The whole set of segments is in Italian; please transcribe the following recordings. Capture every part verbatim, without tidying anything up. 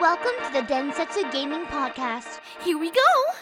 Welcome to the Densetsu Gaming Podcast. Here we go!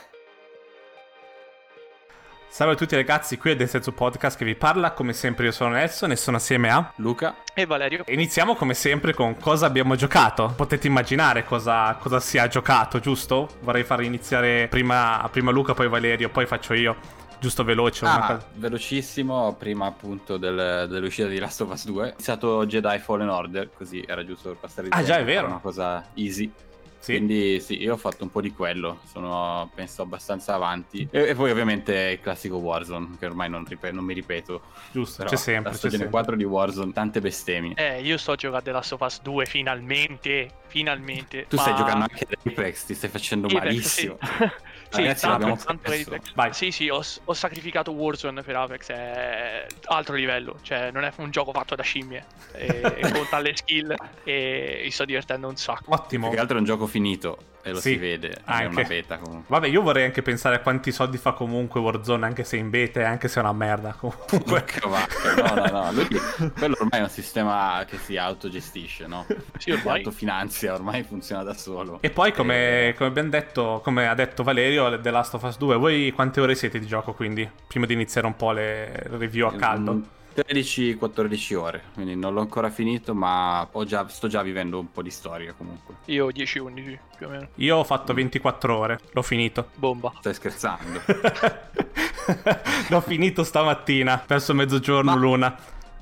Salve a tutti ragazzi, qui è Densetsu Podcast che vi parla. Come sempre io sono Nelson e sono assieme a Luca e Valerio. Iniziamo come sempre con cosa abbiamo giocato. Potete immaginare cosa, cosa si è giocato, giusto? Vorrei far iniziare prima, prima Luca, poi Valerio, poi faccio io. Giusto veloce. Ah, una cosa... velocissimo, prima appunto del, dell'uscita di Last of Us due. Ho iniziato Jedi Fallen Order, così era giusto per passare il Ah tempo, già, è vero. una cosa easy. Sì. Quindi sì, io ho fatto un po' di quello, sono penso abbastanza avanti. E, e poi ovviamente il classico Warzone, che ormai non, ripet- non mi ripeto. Giusto, Però c'è sempre. la stagione quattro di Warzone, tante bestemmie. Eh, io sto giocando The Last of Us due, finalmente, finalmente. Tu ma... stai giocando anche ad Apex, ti stai facendo Apex, malissimo. Sì, sì, Ragazzi, tanto, l'abbiamo tanto perso. Apex. Vai. Sì, sì, ho, ho sacrificato Warzone per Apex, è altro livello, cioè non è un gioco fatto da scimmie, e, e conta le skill e mi sto divertendo un sacco. Ottimo. Più che altro è un gioco finito e lo Sì, si vede, anche. è una beta comunque. Vabbè, io vorrei anche pensare a quanti soldi fa comunque Warzone, anche se in beta e anche se è una merda. Comunque. Porca vacca, no, no, no. Lui, quello ormai è un sistema che si autogestisce, no? Sì, ormai. Si autofinanzia, ormai funziona da solo. E poi come, E... come abbiamo detto, come ha detto Valerio, The Last of Us due, voi quante ore siete di gioco quindi? Prima di iniziare un po' le review a caldo. tredici quattordici ore, quindi non l'ho ancora finito, ma ho già, sto già vivendo un po' di storia comunque. Io dieci undici più o meno. Io ho fatto ventiquattro ore, l'ho finito. Bomba. Stai scherzando? L'ho finito stamattina, verso mezzogiorno Ma... l'una.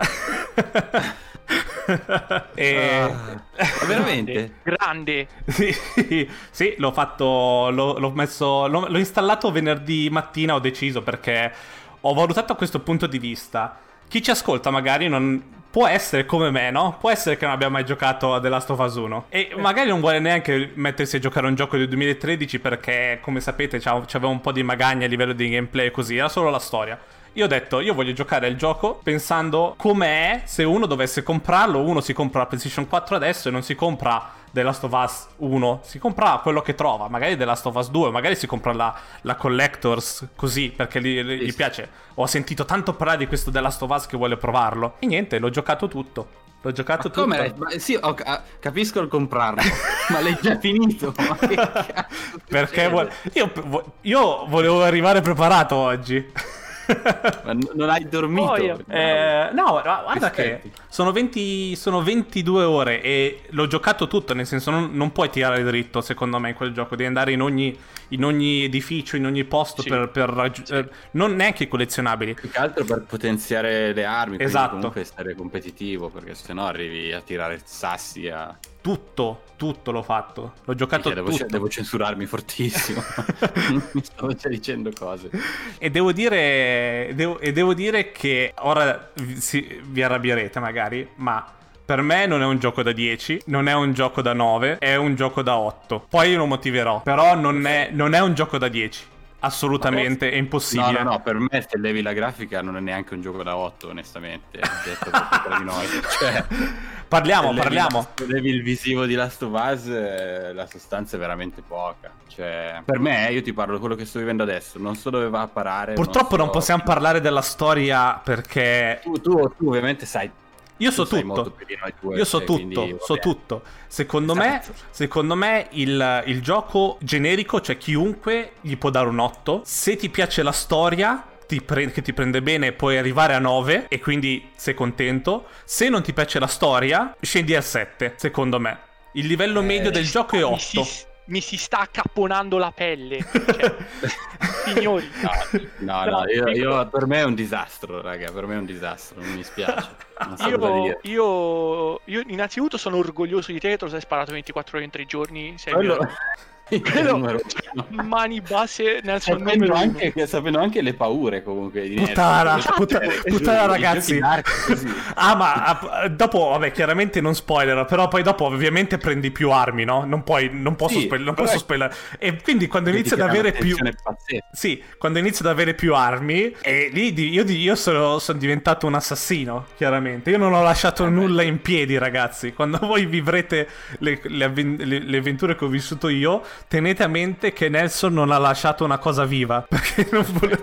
E... Ah, veramente? Grande. Sì, sì, l'ho fatto, l'ho, l'ho messo, l'ho, l'ho installato venerdì mattina, ho deciso perché ho valutato a questo punto di vista. Chi ci ascolta magari non può essere come me, no? Può essere che non abbia mai giocato a The Last of Us uno e magari non vuole neanche mettersi a giocare un gioco del duemilatredici perché, come sapete, c'aveva un po' di magagna a livello di gameplay e così, era solo la storia. Io ho detto, io voglio giocare il gioco pensando com'è se uno dovesse comprarlo. Uno si compra la PlayStation quattro adesso e non si compra The Last of Us uno, si compra quello che trova, magari The Last of Us due, magari si compra la, la Collectors così perché gli, gli sì, piace. Ho sentito tanto parlare di questo The Last of Us che vuole provarlo e niente, l'ho giocato tutto. L'ho giocato ma tutto. Come? Ma sì, ho, capisco il comprarlo, ma l'hai già finito. Ma che cazzo Perché vuole... io, io volevo arrivare preparato oggi. Ma non hai dormito? Oh, io... Eh, no, no, guarda Rispetti. che sono venti, sono ventidue ore e l'ho giocato tutto, nel senso non, non puoi tirare dritto secondo me in quel gioco, devi andare in ogni, in ogni edificio, in ogni posto Sì. per, per raggiungere, eh, non neanche i collezionabili. Più che altro per potenziare le armi, quindi Esatto. comunque essere competitivo, perché sennò arrivi a tirare sassi a... Tutto, tutto l'ho fatto, l'ho giocato Cioè, devo, tutto. devo censurarmi fortissimo. Mi stavo già dicendo cose. E devo dire, devo, e devo dire che ora vi, si, vi arrabbierete magari, ma per me non è un gioco da dieci, non è un gioco da nove, è un gioco da otto. Poi lo motiverò, però non è, non è un gioco da dieci. Assolutamente, è impossibile. No, no, no, per me se levi la grafica non è neanche un gioco da otto, onestamente. Detto tra di noi. Cioè, Parliamo, se levi- parliamo. Se levi il visivo di Last of Us, eh, la sostanza è veramente poca. Cioè, per me, io ti parlo di quello che sto vivendo adesso. Non so dove va a parare. Purtroppo non, so- possiamo parlare della storia perché Tu, tu, tu ovviamente sai. io so tu sai molto tutto. più di noi due, Io so cioè, tutto, quindi, so vabbè. tutto. Secondo me, Esatto. secondo me il, il gioco generico, cioè chiunque gli può dare un otto. Se ti piace la storia, ti pre- che ti prende bene, puoi arrivare a nove e quindi sei contento. Se non ti piace la storia, scendi al sette, secondo me. Il livello Eh, medio del gioco è Mi otto. si, mi si sta accapponando la pelle. Cioè, signori. No, no, io, io- per me è un disastro, raga, per me è un disastro, non mi spiace. Non so cosa Io, dire. io, io innanzitutto sono orgoglioso di te, te lo sei sparato ventiquattro ore in tre giorni. Sei il Quello... mio- il Quello- numero uno. mani basse nel suo Sapendo numero uno. anche, sapendo anche le paure comunque di Puttana, Nerf. puttana, Cioè, puttana, i ragazzi. giochi dark così. Ah, ma ah, dopo, vabbè, chiaramente non spoiler, però poi dopo ovviamente prendi più armi, no? Non puoi, non posso Sì, spoiler, non però posso è- spoiler. E quindi quando inizia ad Ti crea avere più... un'attenzione pazzesca. Sì, quando inizio ad avere più armi, e lì di- io, di- io sono, sono diventato un assassino, chiaramente. Io non ho lasciato Eh, nulla in piedi, ragazzi. Quando voi vivrete le, le avven- le- le avventure che ho vissuto io, tenete a mente che Nelson non ha lasciato una cosa viva. Perché non vuole...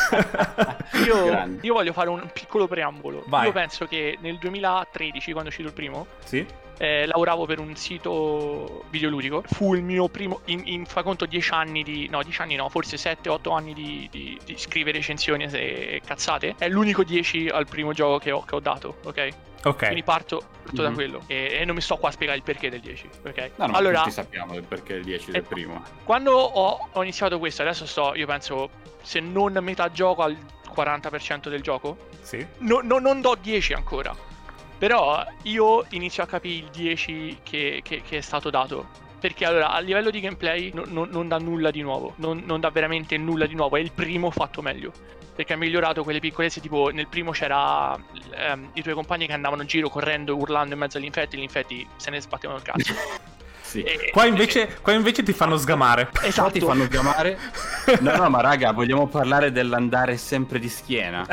io, io voglio fare un piccolo preambolo. Vai. Io penso che nel duemilatredici, quando è uscito il primo, Sì? eh, lavoravo per un sito videoludico. Fu il mio primo, in, in fa conto dieci anni di, no dieci anni no, forse sette otto anni di, di, di scrivere recensioni e cazzate. È l'unico dieci al primo gioco che ho, che ho dato, ok? Ok. Quindi parto, parto Mhm. da quello e, e non mi sto qua a spiegare il perché del dieci, ok? No, no, ma allora, tutti sappiamo il perché il dieci del Eh, primo. quando ho, ho iniziato questo, adesso sto, io penso, se non metà gioco al quaranta per cento del gioco, Sì. no, no, non do dieci ancora. Però io inizio a capire il dieci che, che- che è stato dato. Perché allora a livello di gameplay no- no- non dà nulla di nuovo. Non, non dà veramente nulla di nuovo. È il primo fatto meglio. Perché ha migliorato quelle piccolezze. Tipo nel primo c'era ehm, i tuoi compagni che andavano in giro correndo, urlando in mezzo agli infetti. E gli infetti se ne sbattevano il cazzo. Sì. E- Qua invece, qua invece ti fanno sgamare. Qua ti Esatto. fanno chiamare. No, no, ma raga, vogliamo parlare dell'andare sempre di schiena.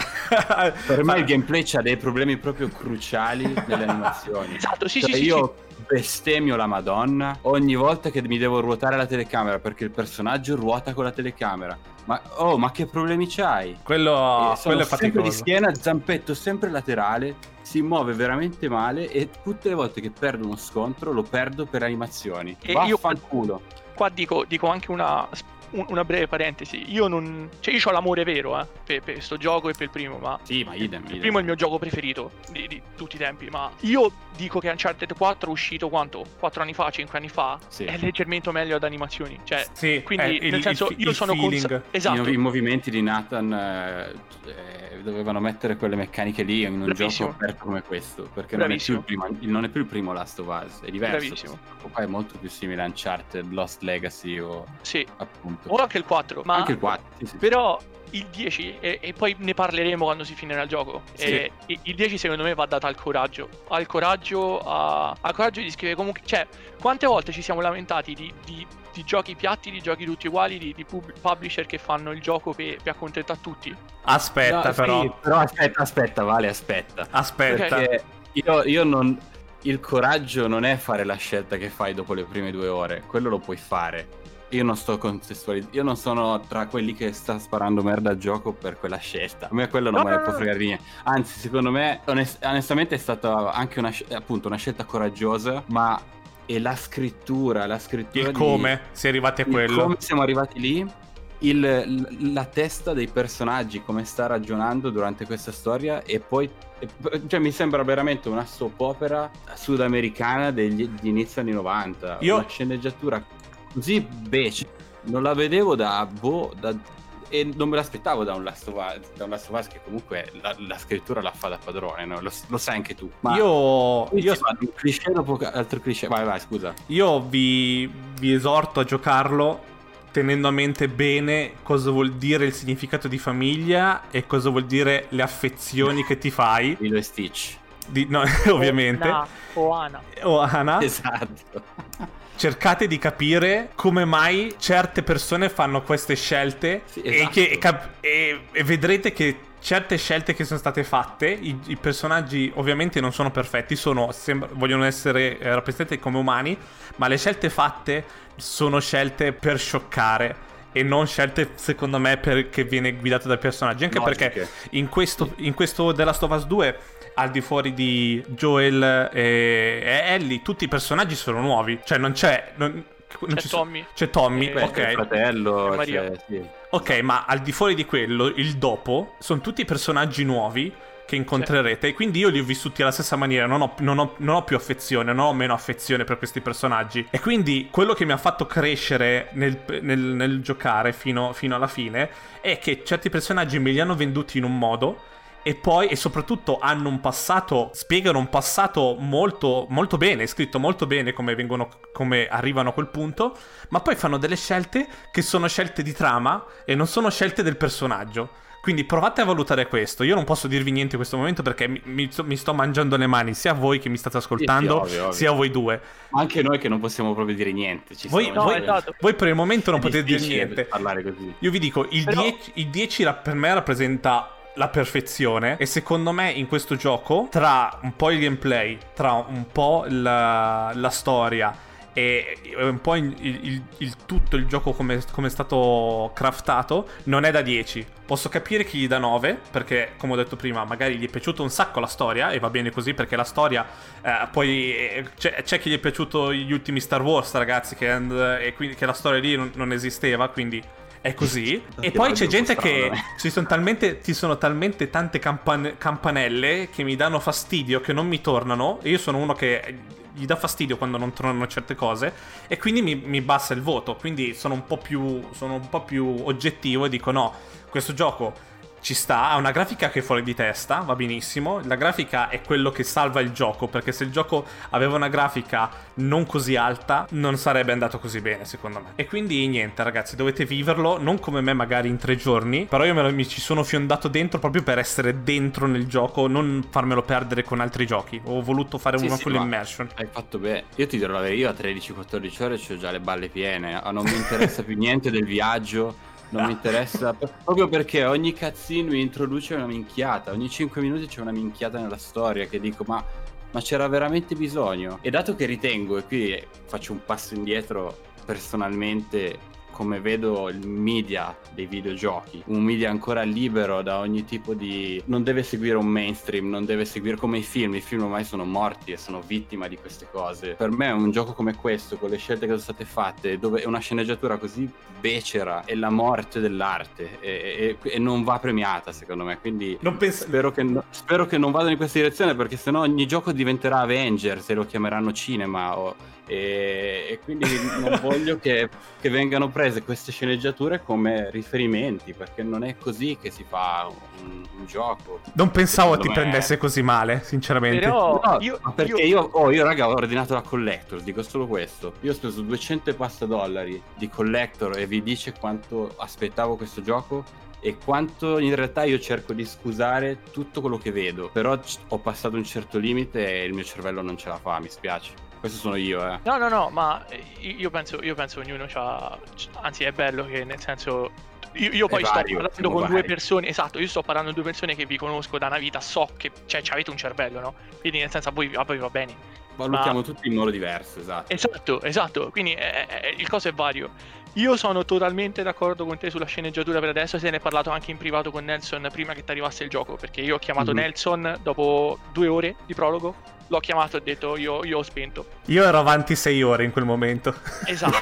Per me il gameplay c'ha dei problemi proprio cruciali nelle animazioni. Esatto, sì, Cioè, sì, sì, io bestemmio la Madonna ogni volta che mi devo ruotare la telecamera perché il personaggio ruota con la telecamera. Ma oh, ma che problemi c'hai? Quello, Eh, sono quello è sempre di faticoso. schiena, zampetto sempre laterale, si muove veramente male e tutte le volte che perdo uno scontro lo perdo per animazioni. E io- Vaffanculo. Qua dico, dico anche una, un- una breve parentesi. Io non. Cioè, io ho l'amore vero, eh, per, per sto gioco e per il primo, ma. Sì, ma idem, Il idem. primo è il mio gioco preferito di, di tutti i tempi, ma io dico che Uncharted quattro è uscito quanto? quattro anni fa, cinque anni fa? Sì. È leggermente meglio ad animazioni. Cioè, Sì, quindi è il- nel senso il- io il sono feeling. cons- I, esatto. mov- i movimenti di Nathan eh, eh, dovevano mettere quelle meccaniche lì in un Bravissimo. gioco aperto come questo, perché non è, più Bravissimo. il primo, non è più il primo Last of Us, è diverso. Bravissimo. Qua è molto più simile a Uncharted, Lost Legacy o Sì. appunto O anche il quattro, ma anche il quattro. Sì, sì. però il dieci, e, e poi ne parleremo quando si finirà il gioco. Sì. E, e il dieci secondo me va dato al coraggio. Al coraggio, a- al coraggio di scrivere comunque. Cioè, quante volte ci siamo lamentati di, di- di giochi piatti, di giochi tutti uguali, di, di pub- publisher che fanno il gioco per, per accontentare tutti. Aspetta, No, però. sì, però aspetta, aspetta, Vale, aspetta. Aspetta. Perché io, io non. Il coraggio non è fare la scelta che fai dopo le prime due ore, quello lo puoi fare. Io non sto contestualizzando, io non sono tra quelli che sta sparando merda al gioco per quella scelta. A me quello non No, me ne no, può no. fregare niente. Anzi, secondo me, onest- onestamente è stata anche una, sc- appunto, una scelta coraggiosa, ma è la scrittura, la scrittura Il di- come si è arrivati a il quello. come siamo arrivati lì, il- l- la testa dei personaggi, come sta ragionando durante questa storia, e poi e- cioè mi sembra veramente una soap opera sudamericana degli di inizio anni novanta. Io- Una sceneggiatura così becera, non la vedevo da boh da, e non me l'aspettavo da un Last of Us, da un Last of Us che comunque la, la scrittura la fa da padrone, no? lo, lo sai anche tu. Ma Io, qui io, si fa un cliché dopo ca- altro cliché. Vai, vai, scusa. io vi, vi esorto a giocarlo tenendo a mente bene cosa vuol dire il significato di famiglia e cosa vuol dire le affezioni che ti fai. Lilo e Stitch. Di- no, ovviamente. O, o Ana. O Ana. Esatto. Cercate di capire come mai certe persone fanno queste scelte Sì, e, esatto. che, e cap- e- e vedrete che certe scelte che sono state fatte, i, i personaggi ovviamente non sono perfetti, sono, sembra- vogliono essere eh, rappresentati come umani, ma le scelte fatte sono scelte per scioccare e non scelte secondo me perché viene guidato dai personaggi, anche Logiche. perché in questo, in questo The Last of Us due, al di fuori di Joel e, e Ellie, tutti i personaggi sono nuovi, cioè non c'è non, non C'è ci sono- Tommy. c'è Tommy, Eh, Beh, c'è il ok. fratello, E Maria. c'è- sì. Ok, ma al di fuori di quello, il dopo, sono tutti personaggi nuovi che incontrerete, e quindi io li ho vissuti alla stessa maniera, non ho, non ho- non ho più affezione, non ho meno affezione per questi personaggi. E quindi quello che mi ha fatto crescere nel, nel- nel giocare fino, fino alla fine è che certi personaggi me li hanno venduti in un modo, e poi, e soprattutto, hanno un passato, spiegano un passato molto, molto bene, scritto molto bene come vengono, come arrivano a quel punto, ma poi fanno delle scelte che sono scelte di trama e non sono scelte del personaggio. Quindi provate a valutare questo. Io non posso dirvi niente in questo momento perché mi, mi- mi sto mangiando le mani, sia voi che mi state ascoltando, ovvio, ovvio. sia voi due. Anche noi che non possiamo proprio dire niente. Ci Voi, stiamo No, voi- dicendo. esatto. voi per il momento non È potete dire difficile niente. parlare così. Io vi dico, il Però- dieci, il dieci ra- per me rappresenta la perfezione, e secondo me in questo gioco, tra un po' il gameplay, tra un po' la, la storia e un po' il, il, il tutto il gioco come, come è stato craftato non è da dieci. Posso capire chi gli dà nove, perché come ho detto prima magari gli è piaciuta un sacco la storia e va bene così, perché la storia eh, poi eh, c'è, c'è chi gli è piaciuto gli ultimi Star Wars, ragazzi, che, and, e quindi che la storia lì non, non esisteva, quindi è così. E poi c'è gente che ci sono talmente ci sono talmente tante campan- campanelle che mi danno fastidio, che non mi tornano, e io sono uno che gli dà fastidio quando non tornano certe cose, e quindi mi, mi bassa il voto. Quindi sono un po' più sono un po' più oggettivo e dico no, questo gioco ci sta, ha una grafica che è fuori di testa, va benissimo. La grafica è quello che salva il gioco, perché se il gioco aveva una grafica non così alta non sarebbe andato così bene, secondo me. E quindi niente, ragazzi, dovete viverlo, non come me magari in tre giorni, però io me lo, mi ci sono fiondato dentro proprio per essere dentro nel gioco, non farmelo perdere con altri giochi. Ho voluto fare Sì, una sì, full ma immersion. Hai fatto bene. Io ti dirò la verità, io a tredici quattordici ore ho già le balle piene, non mi interessa più niente del viaggio. Non mi interessa, proprio perché ogni cutscene mi introduce una minchiata, ogni cinque minuti c'è una minchiata nella storia che dico ma, ma c'era veramente bisogno? E dato che ritengo, e qui faccio un passo indietro personalmente, come vedo il media dei videogiochi, un media ancora libero da ogni tipo di... non deve seguire un mainstream, non deve seguire come i film, i film ormai sono morti e sono vittima di queste cose. Per me un gioco come questo, con le scelte che sono state fatte, dove è una sceneggiatura così becera, è la morte dell'arte e, e, e non va premiata secondo me, quindi non penso... spero, che no, spero che non vadano in questa direzione, perché sennò ogni gioco diventerà Avengers e lo chiameranno cinema o... e, e quindi non voglio che, che vengano prese queste sceneggiature come riferimenti, perché non è così che si fa un, un gioco. Non pensavo Secondo ti me... prendesse così male, sinceramente. Però no, io, ma perché io... io, oh, io raga ho ordinato la collector, dico solo questo. Io ho speso duecento e passa dollari di collector e vi dice quanto aspettavo questo gioco e quanto in realtà io cerco di scusare tutto quello che vedo, però c- ho passato un certo limite e il mio cervello non ce la fa, mi spiace. Questo sono io, eh. No, no, no, ma io penso, io penso ognuno c'ha... Anzi, è bello che nel senso... Io, io poi sto vario, parlando con vario. due persone, esatto, io sto parlando con due persone che vi conosco da una vita, so che cioè avete un cervello, no? Quindi nel senso a voi, a voi va bene. Valutiamo Ma... tutti in modo diverso, esatto. Esatto, esatto, quindi è, è, il coso è vario. Io sono totalmente d'accordo con te sulla sceneggiatura per adesso, se ne è parlato anche in privato con Nelson prima che ti arrivasse il gioco, perché io ho chiamato Mm-hmm. Nelson dopo due ore di prologo, l'ho chiamato e ho detto io, io ho spento. Io ero avanti sei ore in quel momento. Esatto.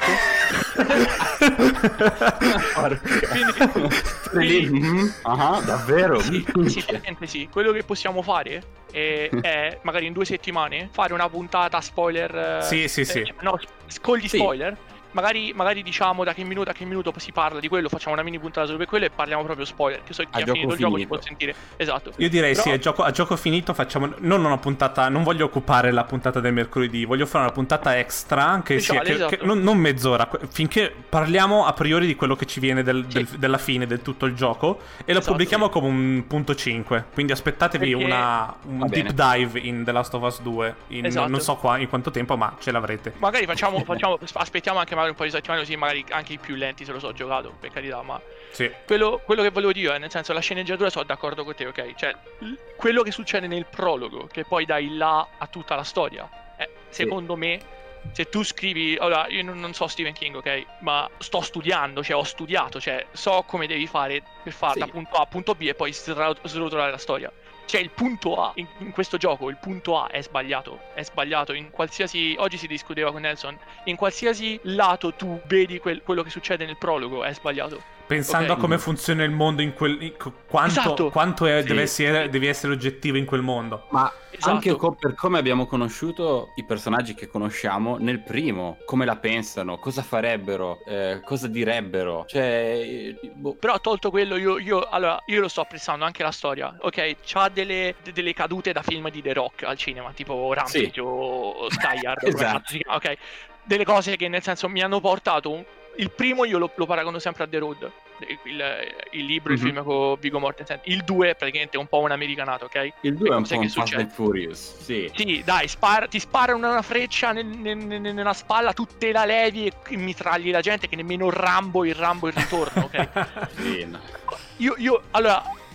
Quindi, mm-hmm. uh-huh, davvero? Sì, sì, veramente sì. Quello che possiamo fare è, è magari in due settimane fare una puntata spoiler. Sì, sì, sì. Eh, no, con gli Sì. spoiler. Magari, magari diciamo da che minuto a che minuto si parla di quello, facciamo una mini puntata su per quello e parliamo proprio spoiler. Che so che chi A ha gioco finito il gioco si finito. può sentire. Esatto. Io direi Però- sì, a gioco, a gioco finito facciamo non una puntata, non voglio occupare la puntata del mercoledì, voglio fare una puntata extra che sia Speciale, che, esatto. che- non, non mezz'ora, que- finché parliamo a priori di quello che ci viene del- Sì. del- della fine del tutto il gioco e lo Esatto, pubblichiamo sì. come un punto cinque. Quindi aspettatevi Perché- una, un Va deep dive in The Last of Us due in Esatto. non so qua in quanto tempo, ma ce l'avrete. Magari facciamo, facciamo, aspettiamo anche magari un po' di settimane così magari anche i più lenti se lo so giocato, per carità, ma Sì. quello, quello che volevo dire è nel senso la sceneggiatura sono d'accordo con te, ok? Cioè l- quello che succede nel prologo che poi dà il là a tutta la storia, eh, secondo me se tu scrivi, allora io non, non so Stephen King, ok? Ma sto studiando, cioè ho studiato, cioè so come devi fare per fare Sì. da punto A a punto B e poi sra- srotolare la storia. Cioè il punto A, in, in questo gioco il punto A è sbagliato, è sbagliato in qualsiasi, oggi si discuteva con Nelson, in qualsiasi lato tu vedi quel- quello che succede nel prologo è sbagliato. Pensando Ok. a come funziona il mondo in quel in- co- quanto, Esatto. quanto è- Sì. deve essere, devi essere oggettivo in quel mondo. Ma Esatto. anche co- per come abbiamo conosciuto i personaggi che conosciamo nel primo, come la pensano, cosa farebbero, eh, cosa direbbero, cioè eh, boh. Però tolto quello io, io, allora, io lo sto apprezzando anche la storia, ok? C'ha delle, de- delle cadute da film di The Rock al cinema, tipo Rampage Sì. o Skyard, come Esatto. cazzo si chiama, ok? Delle cose che nel senso mi hanno portato... un- Il primo io lo, lo paragono sempre a The Road, il, il- il libro, il Mhm. film con Viggo Mortensen. Il due è praticamente un po' un'americanato, ok? Il due è un cose po' che un Fast succede. and Furious, sì. Sì, dai, spara, ti spara una, una freccia nel- nel- nel- nella spalla, tu te la levi e mitragli la gente, che nemmeno Rambo, il Rambo il ritorno, ok? Sì, no. Io, io, allora,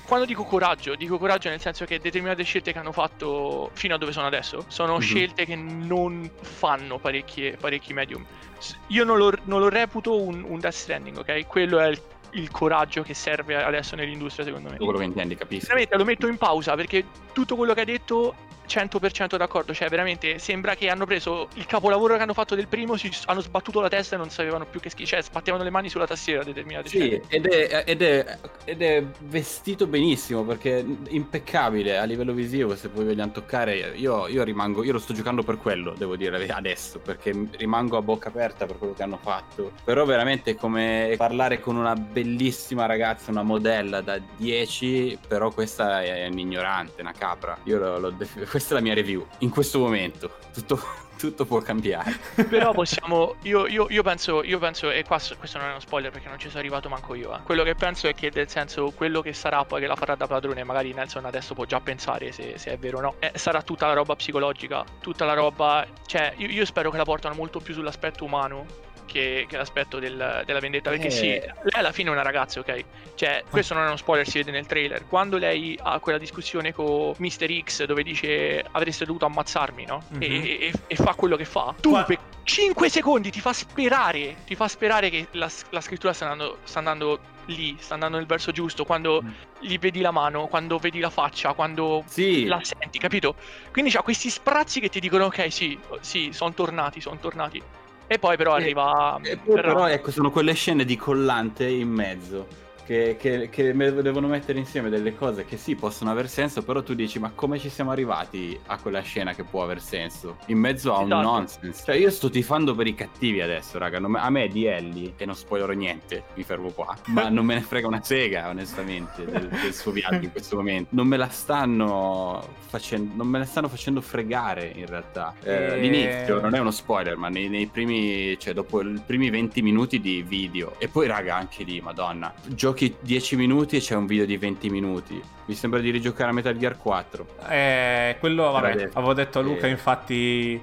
quando dico coraggio, dico coraggio nel senso che determinate scelte che hanno fatto fino a dove sono adesso sono mm-hmm. scelte che non fanno parecchie, parecchi medium. Io non lo, non lo reputo un, un Death Stranding, ok? Quello è il, il coraggio che serve adesso nell'industria, secondo me. Quello che intendi, capisco. Veramente lo metto in pausa perché tutto quello che hai detto cento per cento d'accordo, cioè veramente sembra che hanno preso il capolavoro che hanno fatto del primo, si hanno sbattuto la testa e non sapevano più che schifo, cioè sbattevano le mani sulla tastiera determinate sì, ed è, ed, è, ed è vestito benissimo perché impeccabile a livello visivo, se poi vogliamo toccare io, io rimango, io lo sto giocando per quello, devo dire adesso, perché rimango a bocca aperta per quello che hanno fatto, però veramente è come parlare con una bellissima ragazza, una modella da dieci, però questa è un'ignorante, una capra, io lo, lo def- questa è la mia review in questo momento, tutto, tutto può cambiare. Però possiamo, io, io, io penso, io penso, e qua questo non è uno spoiler perché non ci sono arrivato manco io, eh. Quello che penso è che nel senso quello che sarà poi che la farà da padrone, magari Nelson adesso può già pensare se, se è vero o no, eh, sarà tutta la roba psicologica, tutta la roba, cioè io, io spero che la portano molto più sull'aspetto umano Che, che l'aspetto del, della vendetta, perché eh. sì, lei alla fine è una ragazza, ok? Cioè, questo non è uno spoiler, si vede nel trailer. Quando lei ha quella discussione con mister X dove dice avreste dovuto ammazzarmi, no? Mm-hmm. E, e, e fa quello che fa, tu Qua... per cinque secondi ti fa sperare, ti fa sperare che la, la scrittura sta andando, sta andando lì, sta andando nel verso giusto, quando mm. gli vedi la mano, quando vedi la faccia, quando sì. la senti, capito? Quindi c'ha questi sprazzi che ti dicono ok, sì, sì, sono tornati, sono tornati. E poi però arriva... E, e poi però ecco, sono quelle scene di collante in mezzo che, che, che devono mettere insieme delle cose che sì, possono aver senso, però tu dici ma come ci siamo arrivati a quella scena che può aver senso? In mezzo a un esatto. nonsense. Cioè io sto tifando per i cattivi adesso, raga. Non me, a me di Ellie, e non spoilerò niente, mi fermo qua, ma non me ne frega una sega onestamente del, del suo viaggio in questo momento. Non me la stanno facendo, non me la stanno facendo fregare in realtà. Eh, e... L'inizio non è uno spoiler, ma nei, nei primi, cioè dopo i primi venti minuti di video, e poi raga anche lì, madonna, giochi dieci minuti e c'è un video di venti minuti. Mi sembra di rigiocare a Metal Gear quattro. Eh, quello, vabbè, detto. avevo detto a Luca, eh. infatti,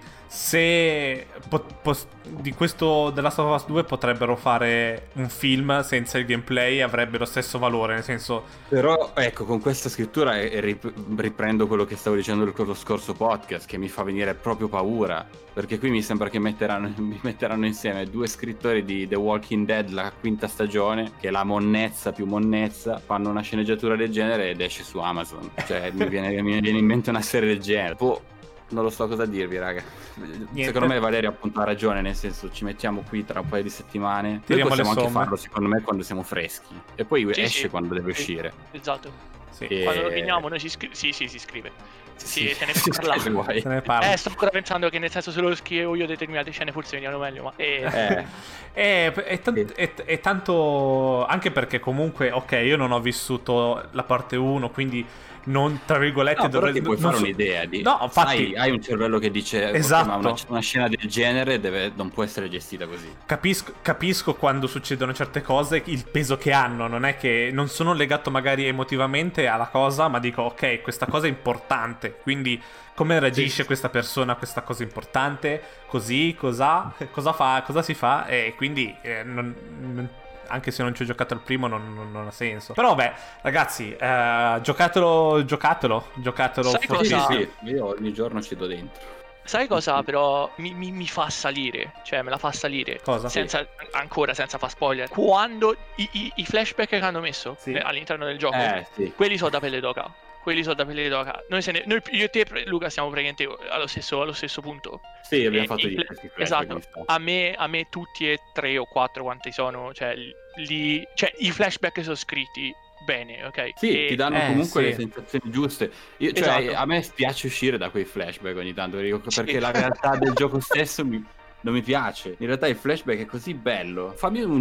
se po- po- di questo The Last of Us due potrebbero fare un film senza il gameplay, avrebbe lo stesso valore, nel senso... Però, ecco, con questa scrittura e rip- riprendo quello che stavo dicendo lo scorso podcast, che mi fa venire proprio paura, perché qui mi sembra che metteranno, mi metteranno insieme due scrittori di The Walking Dead, la quinta stagione, che è la monnezza più monnezza, fanno una sceneggiatura del genere ed esce su Amazon. Cioè, mi viene, mi viene in mente una serie del genere. Boh, non lo so cosa dirvi, raga. Niente. Secondo me Valerio appunto ha ragione, nel senso ci mettiamo qui tra un paio di settimane. Noi possiamo anche farlo, secondo me, quando siamo freschi. E poi sì, esce sì. quando deve sì. uscire. Esatto. Sì. E... Quando lo finiamo noi si scrive. Sì, sì, si scrive. Sì, sì, se ne parla. Se ne parla. Eh, sto ancora pensando che nel senso se lo scrivevo io determinate scene forse venivano meglio, ma... Eh. Eh. È, è, t- è, è tanto... Anche perché comunque, ok, io non ho vissuto la parte uno, quindi... non tra virgolette no, dovrei puoi fare so... un'idea di no infatti sai, hai un cervello che dice esatto. okay, ma una, una scena del genere deve, non può essere gestita così. Capisco, capisco quando succedono certe cose il peso che hanno, non è che non sono legato magari emotivamente alla cosa, ma dico ok, questa cosa è importante, quindi come reagisce sì. questa persona a questa cosa importante, così cosa cosa fa, cosa si fa, e quindi eh, non, non anche se non ci ho giocato al primo non, non, non ha senso. Però vabbè ragazzi, eh, giocatelo giocatelo giocatelo sai cosa? Sì, sì, io ogni giorno ci do dentro. Sai cosa però mi, mi, mi fa salire? Cioè me la fa salire. Cosa? Senza, sì. Ancora senza far spoiler. Quando i, i, i flashback che hanno messo sì. all'interno del gioco, eh, sì. quelli sono da pelle d'oca. Quelli sono da pelle d'oca. Noi, se ne, noi io e te, Luca, siamo praticamente allo stesso, allo stesso punto. Sì, abbiamo e, fatto i, di esatto. A me, a me tutti e tre o quattro quanti sono, cioè lì, cioè i flashback sono scritti bene, ok? Sì, e, ti danno eh, comunque sì. le sensazioni giuste. Io, cioè, esatto. a me spiace uscire da quei flashback ogni tanto, perché sì. la realtà del gioco stesso mi, non mi piace. In realtà il flashback è così bello. Fammi un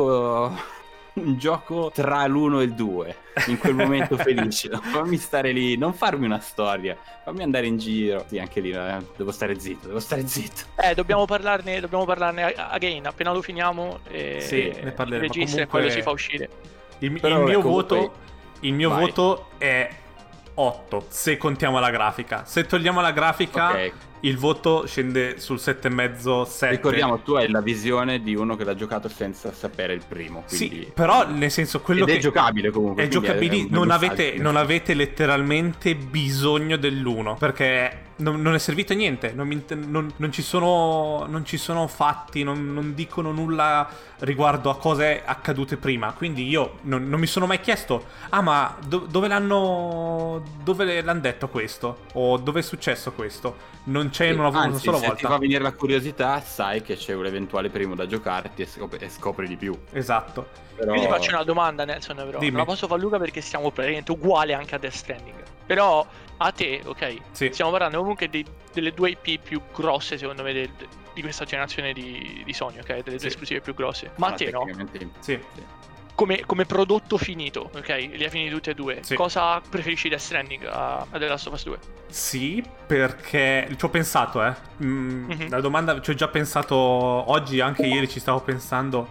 gioco un gioco tra l'uno e il due in quel momento felice. Fammi stare lì, non farmi una storia, fammi andare in giro. Sì, anche lì eh, devo stare zitto, devo stare zitto. Eh, dobbiamo parlarne, dobbiamo parlarne again appena lo finiamo e sì, ne parleremo. Il regista comunque... quello si fa uscire. Il, il Però, mio comunque... voto il mio Vai. voto è otto se contiamo la grafica. Se togliamo la grafica okay. il voto scende sul sette e mezzo sette. Ricordiamo, tu hai la visione di uno che l'ha giocato senza sapere il primo, quindi... Sì, però nel senso quello Ed che è giocabile comunque, è giocabile, è un non, messaggio. avete, non avete letteralmente bisogno dell'uno, perché non, non è servito a niente, non, mi inter- non, non ci sono non ci sono fatti, non, non dicono nulla riguardo a cose accadute prima, quindi io non, non mi sono mai chiesto ah ma do- dove l'hanno dove l'hanno detto questo o dove è successo questo. Non c'è Sì, in una, una anzi, sola se volta. ti fa venire la curiosità, sai che c'è un eventuale primo da giocarti e, scop- e scopri di più. Esatto. Però... Io ti faccio una domanda, Nelson, però Dimmi. non la posso fare Luca perché siamo praticamente uguali anche a Death Stranding. Però a te, ok, Sì. stiamo parlando comunque dei- delle due I P più grosse secondo me del- di questa generazione di, di Sony, ok? Delle due Sì. esclusive più grosse. Ma a te no? tecnicamente Sì. Come, come prodotto finito, ok? Li hai finiti tutti e due. Sì. Cosa preferisci Death Stranding a, a The Last of Us due? Sì, perché ci ho pensato, eh. Mm, Mhm. La domanda ci ho già pensato oggi, anche ieri ci stavo pensando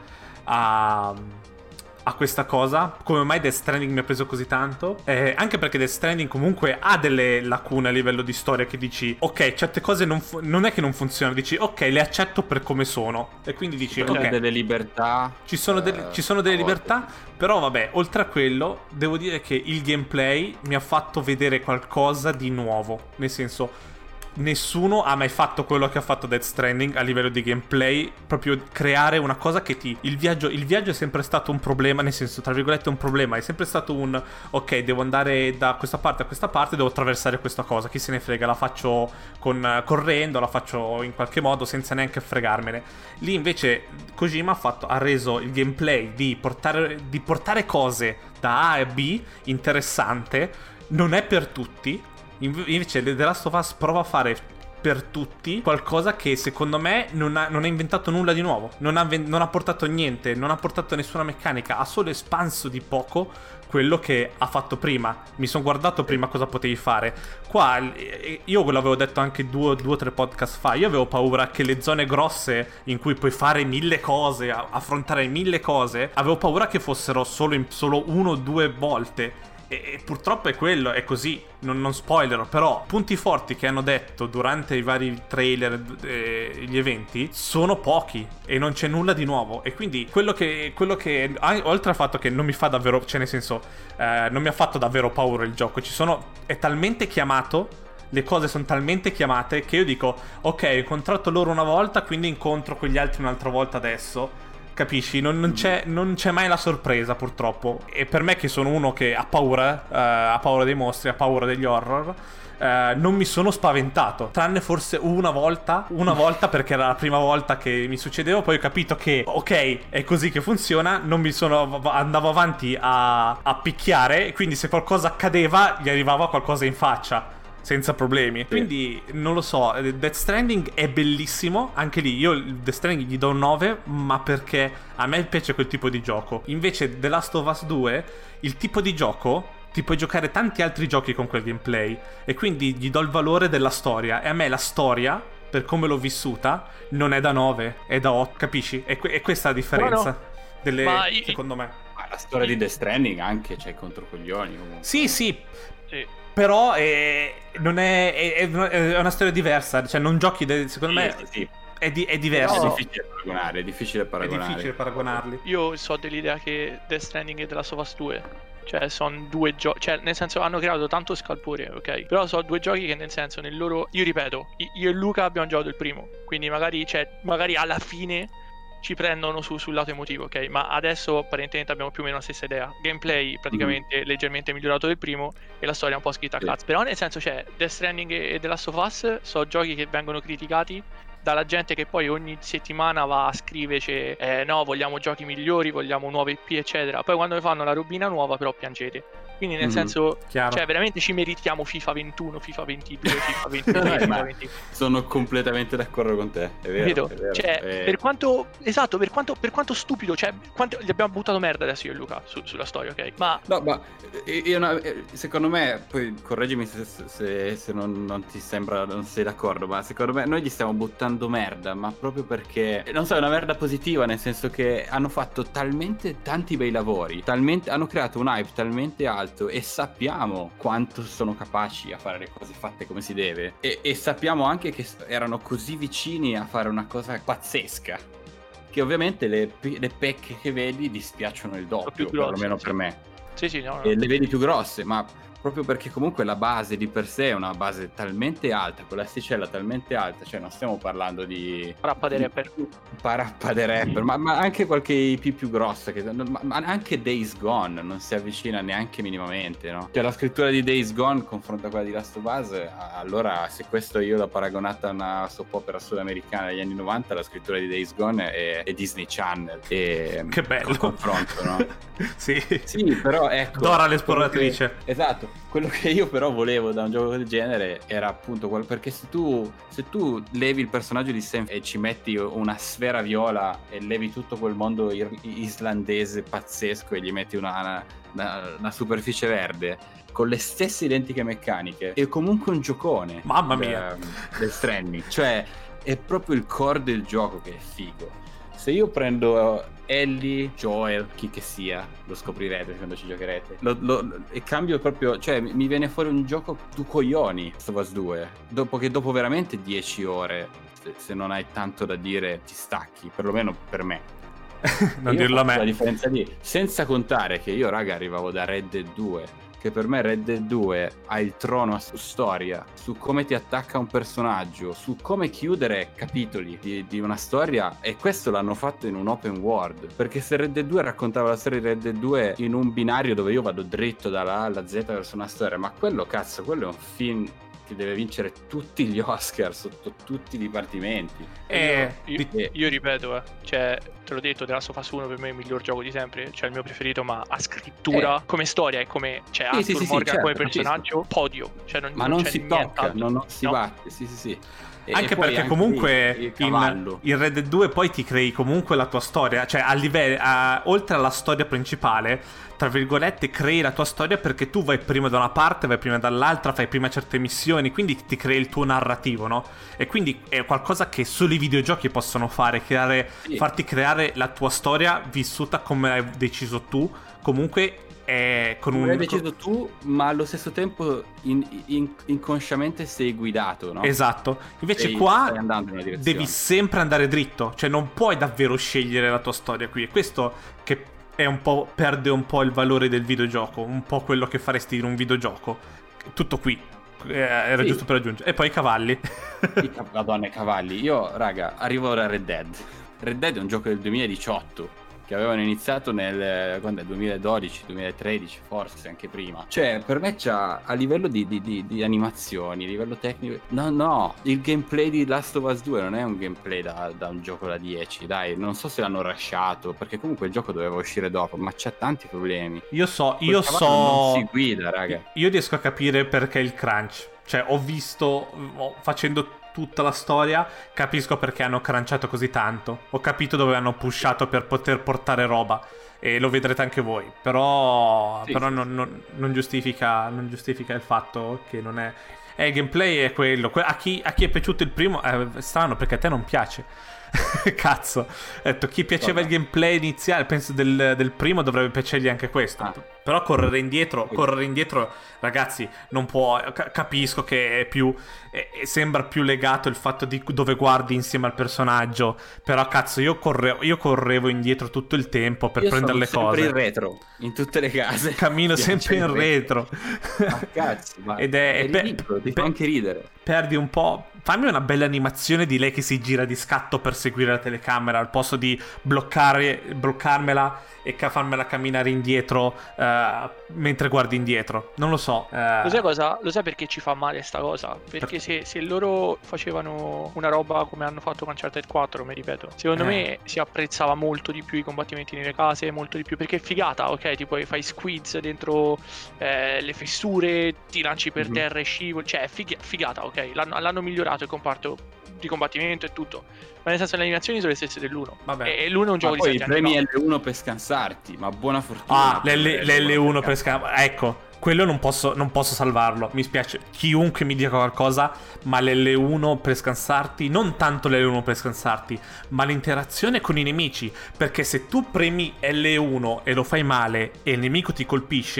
a, a questa cosa. Come mai Death Stranding mi ha preso così tanto? Eh, anche perché Death Stranding comunque ha delle lacune a livello di storia che dici, ok, certe cose non, fu- non è che non funzionano, dici, ok, le accetto per come sono. E quindi dici, Prendere ok, delle libertà. ci sono, delle, eh, ci sono delle a volte. libertà, però vabbè, oltre a quello, devo dire che il gameplay mi ha fatto vedere qualcosa di nuovo. Nel senso, nessuno ha mai fatto quello che ha fatto Death Stranding a livello di gameplay, proprio creare una cosa che ti... Il viaggio, il viaggio è sempre stato un problema, nel senso, tra virgolette un problema, è sempre stato un... Ok, devo andare da questa parte a questa parte, devo attraversare questa cosa, chi se ne frega, la faccio con, correndo, la faccio in qualche modo senza neanche fregarmene. Lì invece Kojima ha, fatto, ha reso il gameplay di portare, di portare cose da A a B interessante, non è per tutti. Invece The Last of Us prova a fare per tutti qualcosa che secondo me non ha, non ha inventato nulla di nuovo, non ha, ven- non ha portato niente, non ha portato nessuna meccanica, ha solo espanso di poco quello che ha fatto prima. Mi sono guardato prima cosa potevi fare. Qua eh, io l'avevo detto anche due o tre podcast fa, io avevo paura che le zone grosse in cui puoi fare mille cose, a- affrontare mille cose, avevo paura che fossero solo, in, solo uno o due volte. E, e purtroppo è quello, è così, non, non spoilerò, però punti forti che hanno detto durante i vari trailer e gli eventi sono pochi e non c'è nulla di nuovo. E quindi quello che, quello che ah, oltre al fatto che non mi fa davvero, cioè nel senso eh, non mi ha fatto davvero paura il gioco, ci sono, è talmente chiamato, le cose sono talmente chiamate che io dico ok, ho incontrato loro una volta, quindi incontro quegli altri un'altra volta adesso. Capisci? Non, non, c'è, non c'è mai la sorpresa, purtroppo. E per me, che sono uno che ha paura, eh, ha paura dei mostri, ha paura degli horror, eh, non mi sono spaventato. Tranne forse una volta, una volta perché era la prima volta che mi succedeva. Poi ho capito che, ok, è così che funziona. Non mi sono, andavo avanti a, a picchiare. Quindi se qualcosa accadeva, gli arrivava qualcosa in faccia senza problemi. Quindi non lo so, Death Stranding è bellissimo. Anche lì io Death Stranding gli do un nove, ma perché a me piace quel tipo di gioco. Invece The Last of Us due, il tipo di gioco, ti puoi giocare tanti altri giochi con quel gameplay, e quindi gli do il valore della storia. E a me la storia, per come l'ho vissuta, non è da nove, è da otto, capisci? E que- è questa la differenza. No, no. Delle, Ma i- secondo me. Ma la storia di Death Stranding anche c'è contro coglioni comunque. Sì, sì, Sì. però è, non è, è, è una storia diversa. Cioè non giochi, de- secondo Sì, me sì, sì. è, di- è È diverso. No. difficile paragonare, è difficile È paragonare. difficile paragonarli. Io so dell'idea che Death Stranding e The Last of Us due, cioè sono due giochi, cioè nel senso hanno creato tanto scalpore, ok? Però sono due giochi che nel senso nel loro, io ripeto, i- io e Luca abbiamo giocato il primo, quindi magari, cioè, magari alla fine ci prendono su, sul lato emotivo, ok? Ma adesso apparentemente abbiamo più o meno la stessa idea. Gameplay praticamente leggermente migliorato del primo e la storia un po' scritta a Sì. cazzo. Però nel senso, cioè, Death Stranding e The Last of Us sono giochi che vengono criticati dalla gente che poi ogni settimana va a scriverci eh, no, vogliamo giochi migliori, vogliamo nuove I P, eccetera. Poi quando fanno la robina nuova però piangete. Quindi nel Mhm. senso, Chiaro. cioè veramente ci meritiamo FIFA ventuno, FIFA ventidue, FIFA ventitré, Eh, FIFA ma venti. sono completamente d'accordo con te, è vero, Capito? è vero. Cioè, Eh, per quanto esatto, per quanto, per quanto stupido, cioè, quanto gli abbiamo buttato merda adesso io e Luca su- sulla storia, ok? Ma No, ma eh, io no- eh, secondo me, poi correggimi se, se- se non, non ti sembra, non sei d'accordo, ma secondo me noi gli stiamo buttando merda, ma proprio perché, non so, è una merda positiva, nel senso che hanno fatto talmente tanti bei lavori, talmente, hanno creato un hype talmente alto alto e sappiamo quanto sono capaci a fare le cose fatte come si deve e, e sappiamo anche che erano così vicini a fare una cosa pazzesca che ovviamente le, le pecche che vedi dispiacciono il doppio, perlomeno sì. per me. Sì, sì, no, no. E le vedi più grosse, ma proprio perché comunque la base di per sé è una base talmente alta, con l'asticella talmente alta, cioè non stiamo parlando di Parappa dei rapper. Parappa dei rapper, ma, ma anche qualche I P più grossa, che, ma, ma anche Days Gone non si avvicina neanche minimamente, no? Cioè la scrittura di Days Gone confronta quella di Last of Us, allora se questo io l'ho paragonata a una soap opera sudamericana degli anni novanta, la scrittura di Days Gone è, è Disney Channel. E che bello confronto, no? Sì. Sì, però ecco, Dora l'esploratrice. Che, esatto. Quello che io però volevo da un gioco del genere era appunto quello, perché se tu se tu levi il personaggio di Sam e ci metti una sfera viola e levi tutto quel mondo ir- islandese pazzesco e gli metti una, una, una superficie verde con le stesse identiche meccaniche, è comunque un giocone. Mamma mia. Del, del Stranding, cioè è proprio il core del gioco che è figo. Se io prendo Ellie, Joel, chi che sia, lo scoprirete quando ci giocherete, lo, lo, e cambio proprio, cioè mi viene fuori un gioco tu coglioni, Last of Us due, dopo che dopo veramente dieci ore, se, se non hai tanto da dire, ti stacchi, perlomeno per me. Non dirlo a me. La differenza lì, senza contare che io, raga, arrivavo da Red Dead due, che per me Red Dead due ha il trono su storia, su come ti attacca un personaggio, su come chiudere capitoli di, di una storia, e questo l'hanno fatto in un open world, perché se Red Dead due raccontava la storia di Red Dead due in un binario dove io vado dritto dalla A alla Z verso una storia, ma quello cazzo, quello è un film che deve vincere tutti gli Oscar sotto tutti i dipartimenti. Eh, io, io, io ripeto, eh, cioè, te l'ho detto, The Last of Us uno per me è il miglior gioco di sempre, cioè il mio preferito, ma a scrittura, eh. come storia e come, cioè, sì, Arthur sì, sì, Morgan certo, come personaggio, capisco. podio, cioè non, ma non non c'è si tocca, non, non si no? batte, sì sì sì. E, anche e poi perché anche comunque il, il in, in Red Dead due poi ti crei comunque la tua storia, cioè a livello, a, oltre alla storia principale, tra virgolette, crei la tua storia perché tu vai prima da una parte, vai prima dall'altra, fai prima certe missioni, quindi ti crei il tuo narrativo, no? E quindi è qualcosa che solo i videogiochi possono fare, creare, sì. farti creare la tua storia vissuta come hai deciso tu, comunque è con come un... hai deciso tu, ma allo stesso tempo in, in, inconsciamente sei guidato, no? Esatto. Invece sei, qua stai andando in una direzione. devi sempre andare dritto, cioè non puoi davvero scegliere la tua storia qui, e questo che è un po', perde un po' il valore del videogioco, un po' quello che faresti in un videogioco. Tutto qui, eh, era sì. giusto per aggiungere. E poi i cavalli. I cav- Madonna, i cavalli. Io, raga, arrivo da Red Dead. Red Dead è un gioco del duemiladiciotto che avevano iniziato nel quando è, duemiladodici duemilatredici, forse anche prima. Cioè, per me c'ha, a livello di, di, di, di animazioni, a livello tecnico, no, no, il gameplay di Last of Us due non è un gameplay da, da un gioco da dieci, dai, non so se l'hanno rushato, perché comunque il gioco doveva uscire dopo, ma c'ha tanti problemi. Io so, Quel io cavallo so... non si guida, raga. Io riesco a capire perché il crunch. Cioè, ho visto, facendo tutta la storia, capisco perché hanno crunciato così tanto. Ho capito dove hanno pushato per poter portare roba. E lo vedrete anche voi. Però, sì, però sì. Non, non, non, giustifica, non giustifica il fatto che non è... Eh, il gameplay è quello. A chi, a chi è piaciuto il primo è strano perché a te non piace. Cazzo, ho detto, chi piaceva Vabbè. il gameplay iniziale, penso del, del primo, dovrebbe piacergli anche questo. Ah. Però correre indietro, correre indietro, ragazzi, non può. ca- Capisco che è più. è- è- sembra più legato il fatto di dove guardi insieme al personaggio. Però, cazzo, io correvo, io correvo indietro tutto il tempo per Io prendere sono le sempre cose. in retro, in tutte le case. Cammino Sì, sempre c'è in il retro. Ma cazzo, ma Ed è, è pe- ridicolo, ti pe- fa anche ridere. Perdi un po'. Fammi una bella animazione di lei che si gira di scatto per seguire la telecamera, al posto di bloccare, bloccarmela e ca- farmela camminare indietro eh, mentre guardi indietro. Non lo so. eh, Lo sai cosa? Lo sai perché ci fa male sta cosa? Perché se, se loro facevano una roba come hanno fatto con Uncharted quattro, mi ripeto, secondo Eh. me si apprezzava molto di più i combattimenti nelle case, molto di più, perché è figata, ok? Tipo fai squids dentro eh, le fessure, ti lanci per Mhm. terra e scivoli, cioè è fig- figata, ok? L'hanno, l'hanno migliorato il comparto di combattimento e tutto, ma nel senso le animazioni sono le stesse dell'uno. Vabbè. E, e l'uno è un Ma gioco poi di i sette anni premi fa. L uno per scansarti, ma buona fortuna. Ah, per l'L uno per scampo. Ecco, quello non posso, non posso salvarlo. Mi spiace. Chiunque mi dica qualcosa, ma l'L uno per scansarti, non tanto l'L uno per scansarti, ma l'interazione con i nemici. Perché se tu premi L uno e lo fai male e il nemico ti colpisce,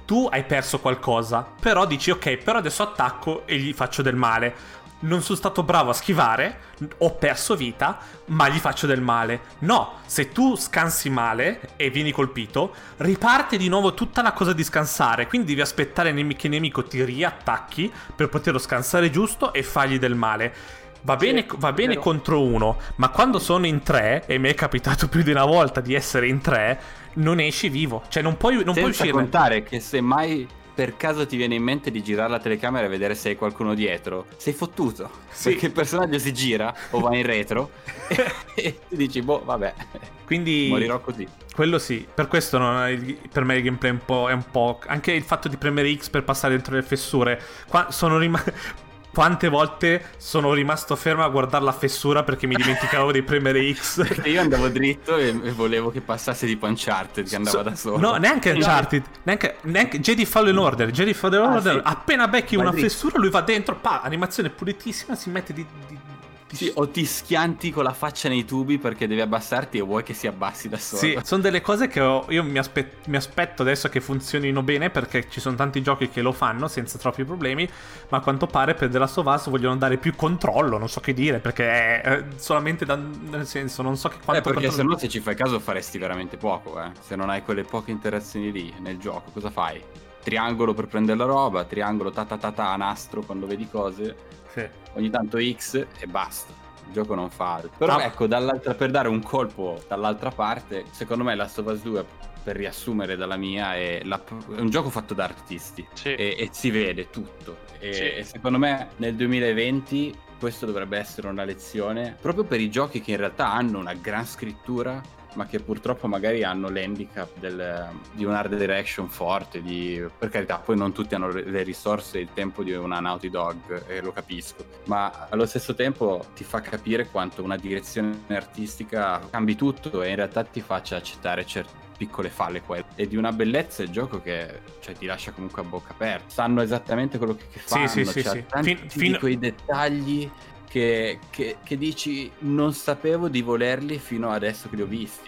tu hai perso qualcosa, però dici ok, però adesso attacco e gli faccio del male. Non sono stato bravo a schivare, ho perso vita, ma gli faccio del male. No, se tu scansi male e vieni colpito, riparte di nuovo tutta la cosa di scansare. Quindi devi aspettare che il nemico ti riattacchi per poterlo scansare giusto e fargli del male. Va bene, sì, va bene vero. contro uno, ma quando sono in tre, e mi è capitato più di una volta di essere in tre, non esci vivo. Cioè non puoi, non puoi Senza uscire. contare che se mai per caso ti viene in mente di girare la telecamera e vedere se hai qualcuno dietro, sei fottuto. Sì. Perché il personaggio si gira o va in retro e, e ti dici, boh, vabbè, Quindi morirò così. quello sì, per questo non è- per me il gameplay è un po', è un po'. Anche il fatto di premere X per passare dentro le fessure. Qua sono rimasto. Quante volte sono rimasto fermo a guardare la fessura perché mi dimenticavo di premere X. Perché io andavo dritto e, e volevo che passasse tipo Uncharted, che andava So- da solo. No, neanche No. Uncharted, neanche, neanche Jedi Fallen Order. Jedi Fallen Ah, Order, sì. appena becchi Vai una dritto. fessura, lui va dentro, pa, animazione pulitissima, si mette di. di- di- Sì, o ti schianti con la faccia nei tubi perché devi abbassarti e vuoi che si abbassi da solo. Sì, sono delle cose che ho- io mi, aspe- mi aspetto adesso che funzionino bene, perché ci sono tanti giochi che lo fanno senza troppi problemi, ma a quanto pare per The Last of Us vogliono dare più controllo, non so che dire, perché è, è solamente da, nel senso, non so che Eh, quanto perché se controllo- no se ci fai caso faresti veramente poco, eh. Se non hai quelle poche interazioni lì nel gioco, cosa fai? Triangolo per prendere la roba, triangolo ta ta ta ta, nastro quando vedi cose, Sì. ogni tanto X e basta. Il gioco non fa altro. Però Ah. ecco, dall'altra, per dare un colpo dall'altra parte, secondo me Last of Us due, per riassumere dalla mia, è, la- è un gioco fatto da artisti. Sì. E, e si vede tutto. E, Sì. e secondo me nel duemilaventi questo dovrebbe essere una lezione proprio per i giochi che in realtà hanno una gran scrittura, ma che purtroppo magari hanno l'handicap del, di un art direction forte, di, per carità, poi non tutti hanno le risorse e il tempo di una Naughty Dog, e lo capisco, ma allo stesso tempo ti fa capire quanto una direzione artistica cambi tutto e in realtà ti faccia accettare certe piccole falle qua e di una bellezza il gioco che, cioè, ti lascia comunque a bocca aperta. Sanno esattamente quello che, che Sì, fanno, sì, sì, c'ha sì. tanti Fin- fin- di quei dettagli che, che, che dici non sapevo di volerli fino adesso che li ho visti.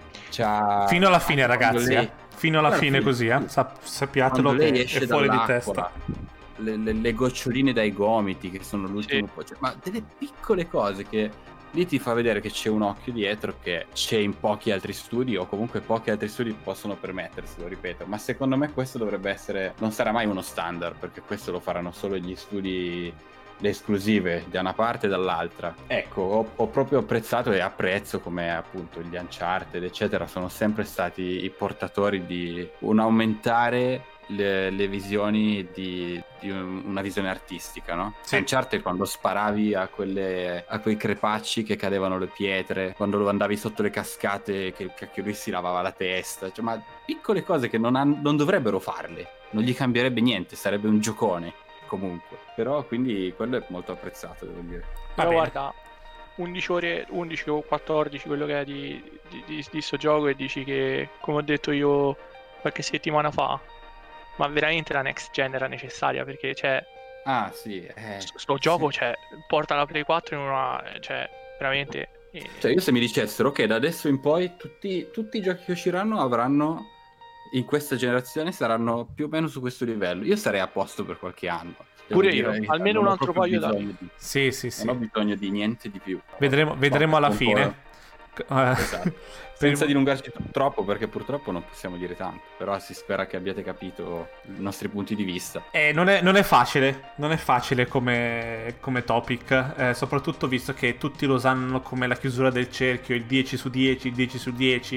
C'ha- Fino alla fine, quando ragazzi, lei- eh. Fino alla alla fine fine, così, eh. sì. Sap- sappiatelo quando lei che esce è fuori di dall'acqua, testa. le, le- le goccioline dai gomiti che sono l'ultimo Sì. po', cioè, ma delle piccole cose che lì ti fa vedere che c'è un occhio dietro che c'è in pochi altri studi, o comunque pochi altri studi possono permetterselo, ripeto. Ma secondo me questo dovrebbe essere, non sarà mai uno standard, perché questo lo faranno solo gli studi, le esclusive da una parte e dall'altra. Ecco, ho, ho proprio apprezzato e apprezzo come appunto gli Uncharted eccetera sono sempre stati i portatori di un aumentare le, le visioni di, di un- una visione artistica, no? Sì. Uncharted, quando sparavi a quelle a quei crepacci che cadevano le pietre, quando lo andavi sotto le cascate che, che lui si lavava la testa, cioè, ma piccole cose che non, han- non dovrebbero farle, non gli cambierebbe niente, sarebbe un giocone comunque. Però quindi quello è molto apprezzato, devo dire. Va Però bene. guarda, undici ore, undici o quattordici, quello che è di, di, di, di sto gioco, e dici che, come ho detto io qualche settimana fa, ma veramente la next gen era necessaria, perché cioè, Ah sì, eh, sto, sto gioco cioè, porta la Play quattro in una, cioè, veramente... eh, cioè io se mi dicessero che da adesso in poi tutti, tutti i giochi che usciranno avranno in questa generazione saranno più o meno su questo livello, io sarei a posto per qualche anno. Devo Pure dire io, la verità, almeno non un ho altro proprio paio bisogno di- Sì, sì, sì. non ho bisogno di niente di più. Vedremo, vedremo alla fine. Eh, Esatto. Senza dilungarci troppo, perché purtroppo non possiamo dire tanto, però si spera che abbiate capito i nostri punti di vista. Eh, non, è, non è facile, non è facile come, come topic, eh, soprattutto visto che tutti lo sanno come la chiusura del cerchio, il dieci su dieci, il dieci su dieci,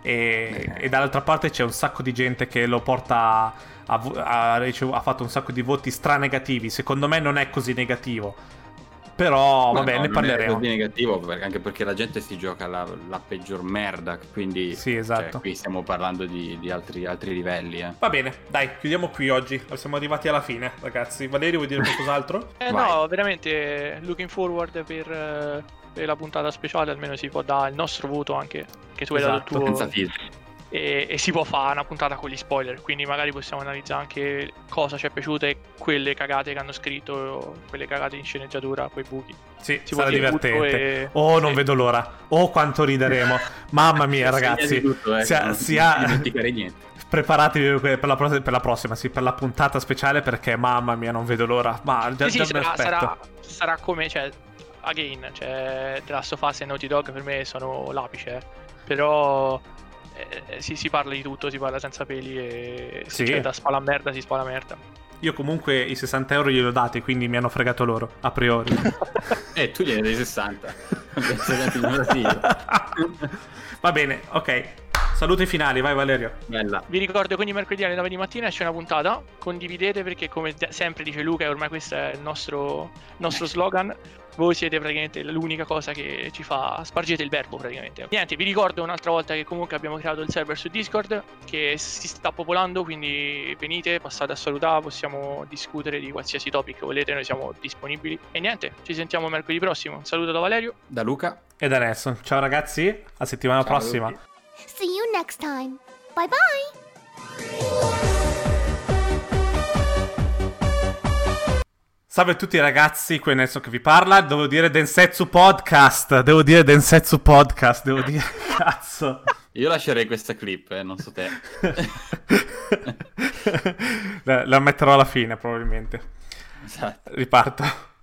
e, Eh. e dall'altra parte c'è un sacco di gente che lo porta a, vo- a ricev- ha fatto un sacco di voti stra-negativi. Secondo me non è così negativo, però Ma vabbè, no, ne non parleremo. è così negativo, perché- anche perché la gente si gioca la, la peggior merda, quindi Sì, esatto. cioè, qui stiamo parlando di, di altri, altri livelli. Eh. Va bene, dai, chiudiamo qui oggi, siamo arrivati alla fine, ragazzi. Valerio, vuoi dire qualcos'altro? Eh Vai. no, veramente looking forward per, eh, per la puntata speciale, almeno si può dare il nostro voto anche, che tu hai dato il Esatto, tuo, Senza filtri. e, e si può fare una puntata con gli spoiler, quindi magari possiamo analizzare anche cosa ci è piaciuto e quelle cagate che hanno scritto, quelle cagate in sceneggiatura, quei buchi. Sì, Si può sarà dire tutto divertente. e- Oh, non sì. vedo l'ora. Oh, quanto rideremo. Mamma mia, Segna ragazzi. di tutto, eh, si ha- non si non ha- dimenticare niente. preparatevi per la, pro- per la prossima, sì, per la puntata speciale, perché mamma mia, non vedo l'ora. Ma già, Sì, già sì, mi sarà, aspetto. sarà, sarà come, cioè, again, cioè, The Last of Us e Naughty Dog per me sono l'apice, eh. Però eh, si, si parla di tutto, si parla senza peli e Sì. cioè, da spalla a merda si spala merda. Io comunque i sessanta euro glieli ho dati, quindi mi hanno fregato loro, a priori. Eh, tu gliene dai sessanta. Va bene, ok. Saluti finali, vai Valerio. Bella. Vi ricordo che ogni mercoledì alle nove di mattina c'è una puntata, condividete perché come de- sempre dice Luca e ormai questo è il nostro, nostro slogan, voi siete praticamente l'unica cosa che ci fa, spargete il verbo praticamente. Niente, vi ricordo un'altra volta che comunque abbiamo creato il server su Discord che si sta popolando, quindi venite, passate a salutare, possiamo discutere di qualsiasi topic che volete, noi siamo disponibili. E niente, ci sentiamo mercoledì prossimo. Un saluto da Valerio. Da Luca. E da Nelson. Ciao ragazzi, a settimana Ciao a prossima. tutti. See you next time. Bye bye. Salve a tutti ragazzi, qui è Nelson che vi parla. Devo dire Densetsu Podcast. Devo dire Densetsu Podcast. Devo dire cazzo. Io lascerei questa clip, eh, non so te. La, la metterò alla fine probabilmente. Esatto. Riparto.